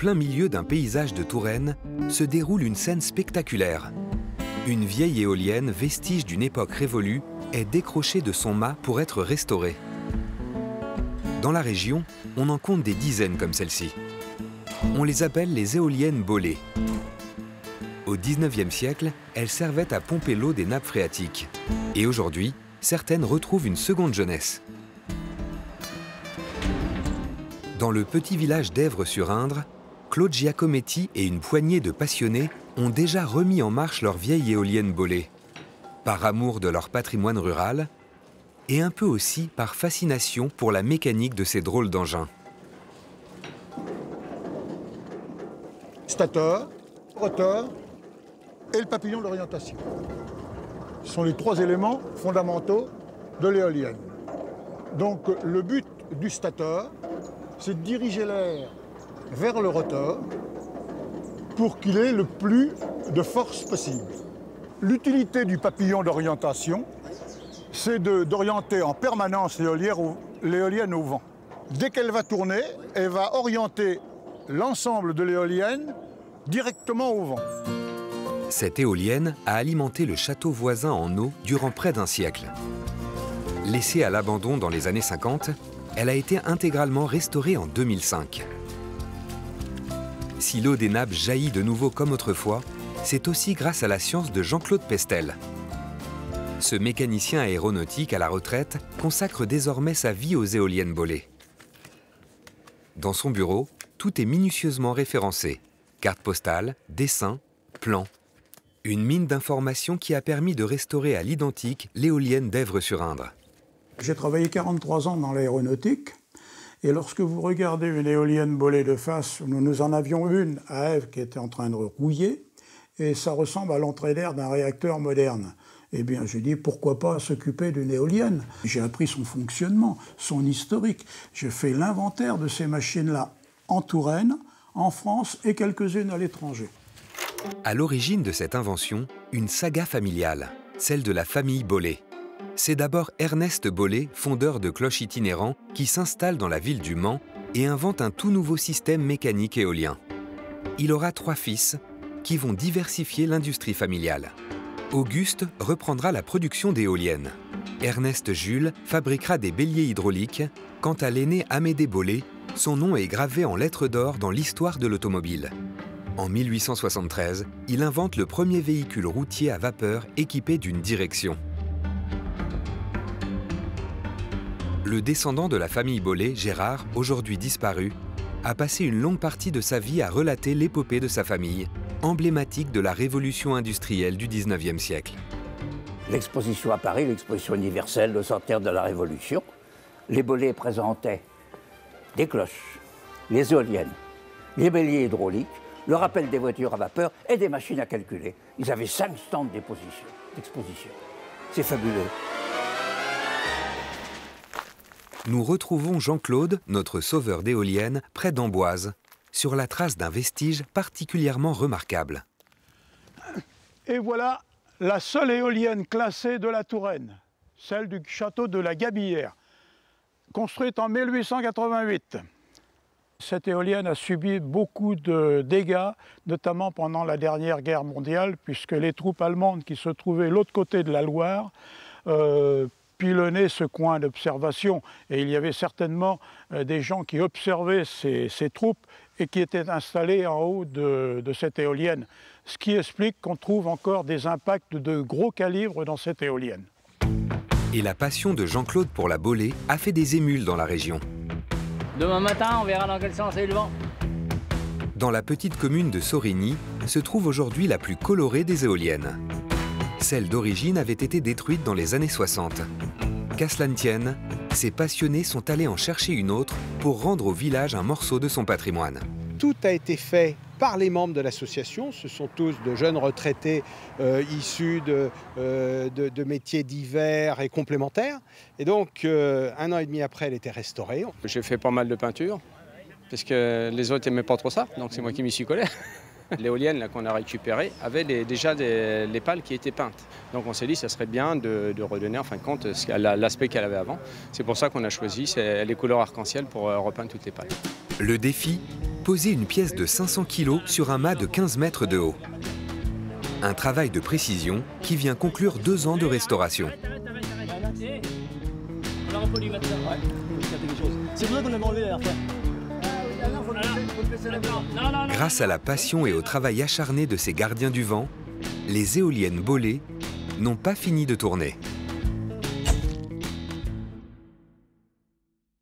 plein milieu d'un paysage de Touraine, se déroule une scène spectaculaire. Une vieille éolienne, vestige d'une époque révolue, est décrochée de son mât pour être restaurée. Dans la région, on en compte des dizaines comme celle-ci. On les appelle les éoliennes Bollé. Au XIXe siècle, elles servaient à pomper l'eau des nappes phréatiques. Et aujourd'hui, certaines retrouvent une seconde jeunesse. Dans le petit village d'Èvres-sur-Indre, Claude Giacometti et une poignée de passionnés ont déjà remis en marche leur vieille éolienne Bollé. Par amour de leur patrimoine rural, et un peu aussi par fascination pour la mécanique de ces drôles d'engins. Stateur, rotor et le papillon d'orientation. Ce sont les trois éléments fondamentaux de l'éolienne. Donc le but du stateur, c'est de diriger l'air vers le rotor pour qu'il ait le plus de force possible. L'utilité du papillon d'orientation, c'est d'orienter en permanence l'éolienne au vent. Dès qu'elle va tourner, elle va orienter l'ensemble de l'éolienne directement au vent. Cette éolienne a alimenté le château voisin en eau durant près d'un siècle. Laissée à l'abandon dans les années 50, elle a été intégralement restaurée en 2005. Si l'eau des nappes jaillit de nouveau comme autrefois, c'est aussi grâce à la science de Jean-Claude Pestel. Ce mécanicien aéronautique à la retraite consacre désormais sa vie aux éoliennes Bollé. Dans son bureau, tout est minutieusement référencé. Cartes postales, dessins, plans. Une mine d'informations qui a permis de restaurer à l'identique l'éolienne d'Èvres-sur-Indre. J'ai travaillé 43 ans dans l'aéronautique. Et lorsque vous regardez une éolienne Bollé de face, nous en avions une à Èvres qui était en train de rouiller, et ça ressemble à l'entrée d'air d'un réacteur moderne. Eh bien, j'ai dit, pourquoi pas s'occuper d'une éolienne? J'ai appris son fonctionnement, son historique. J'ai fait l'inventaire de ces machines-là en Touraine, en France et quelques-unes à l'étranger. À l'origine de cette invention, une saga familiale, celle de la famille Bollé. C'est d'abord Ernest Bollé, fondeur de cloches itinérants, qui s'installe dans la ville du Mans et invente un tout nouveau système mécanique éolien. Il aura 3 fils qui vont diversifier l'industrie familiale. Auguste reprendra la production d'éoliennes. Ernest Jules fabriquera des béliers hydrauliques. Quant à l'aîné Amédée Bollé, son nom est gravé en lettres d'or dans l'histoire de l'automobile. En 1873, il invente le premier véhicule routier à vapeur équipé d'une direction. Le descendant de la famille Bollé, Gérard, aujourd'hui disparu, a passé une longue partie de sa vie à relater l'épopée de sa famille, emblématique de la révolution industrielle du XIXe siècle. L'exposition à Paris, l'exposition universelle, le centenaire de la Révolution, les Bollé présentaient des cloches, les éoliennes, les béliers hydrauliques, le rappel des voitures à vapeur et des machines à calculer. Ils avaient 5 stands d'exposition. C'est fabuleux. Nous retrouvons Jean-Claude, notre sauveur d'éoliennes, près d'Amboise, sur la trace d'un vestige particulièrement remarquable. Et voilà la seule éolienne classée de la Touraine, celle du château de la Gabillière, construite en 1888. Cette éolienne a subi beaucoup de dégâts, notamment pendant la dernière guerre mondiale, puisque les troupes allemandes qui se trouvaient de l'autre côté de la Loire pilonnaient ce coin d'observation. Et il y avait certainement des gens qui observaient ces troupes et qui étaient installés en haut de cette éolienne. Ce qui explique qu'on trouve encore des impacts de gros calibre dans cette éolienne. Et la passion de Jean-Claude pour la Bollé a fait des émules dans la région. Demain matin, on verra dans quel sens est le vent. Dans la petite commune de Sorigny se trouve aujourd'hui la plus colorée des éoliennes. Celle d'origine avait été détruite dans les années 60. Qu'à cela ne tienne, ces passionnés sont allés en chercher une autre pour rendre au village un morceau de son patrimoine. Tout a été fait par les membres de l'association. Ce sont tous de jeunes retraités issus de métiers divers et complémentaires. Et donc, 1 an et demi après, elle était restaurée. J'ai fait pas mal de peinture, parce que les autres n'aimaient pas trop ça, donc c'est moi qui m'y suis collé. L'éolienne qu'on a récupérée avait déjà les pales qui étaient peintes. Donc on s'est dit que ça serait bien de redonner en fin de compte l'aspect qu'elle avait avant. C'est pour ça qu'on a choisi les couleurs arc-en-ciel pour repeindre toutes les pales. Le défi, poser une pièce de 500 kg sur un mât de 15 mètres de haut. Un travail de précision qui vient conclure 2 ans de restauration. Grâce à la passion et au travail acharné de ces gardiens du vent, les éoliennes Bollé n'ont pas fini de tourner.